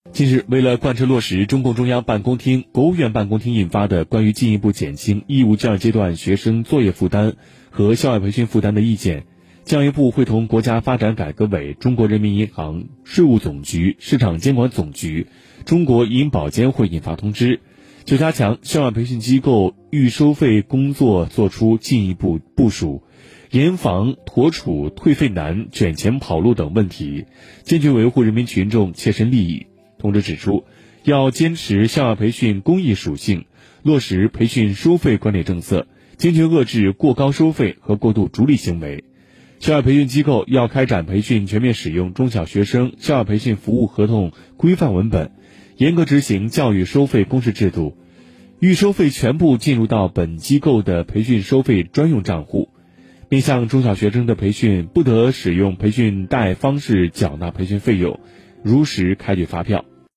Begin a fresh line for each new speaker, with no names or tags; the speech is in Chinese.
近日，为了贯彻落实中共中央办公厅、国务院办公厅印发的关于进一步减轻义务教育阶段学生作业负担和校外培训负担的意见，教育部会同国家发展改革委、中国人民银行、税务总局、市场监管总局、中国银保监会印发通知，就加强校外培训机构预收费工作作出进一步部署，严防妥储、退费难、卷钱跑路等问题，坚决维护人民群众切身利益。通知指出，要坚持校外培训公益属性，落实培训收费管理政策，坚决遏制过高收费和过度逐利行为。校外培训机构要开展培训全面使用中小学生校外培训服务合同规范文本，严格执行教育收费公示制度，预收费全部进入到本机构的培训收费专用账户。面向中小学生的培训，不得使用培训贷方式缴纳培训费用，如实开具发票。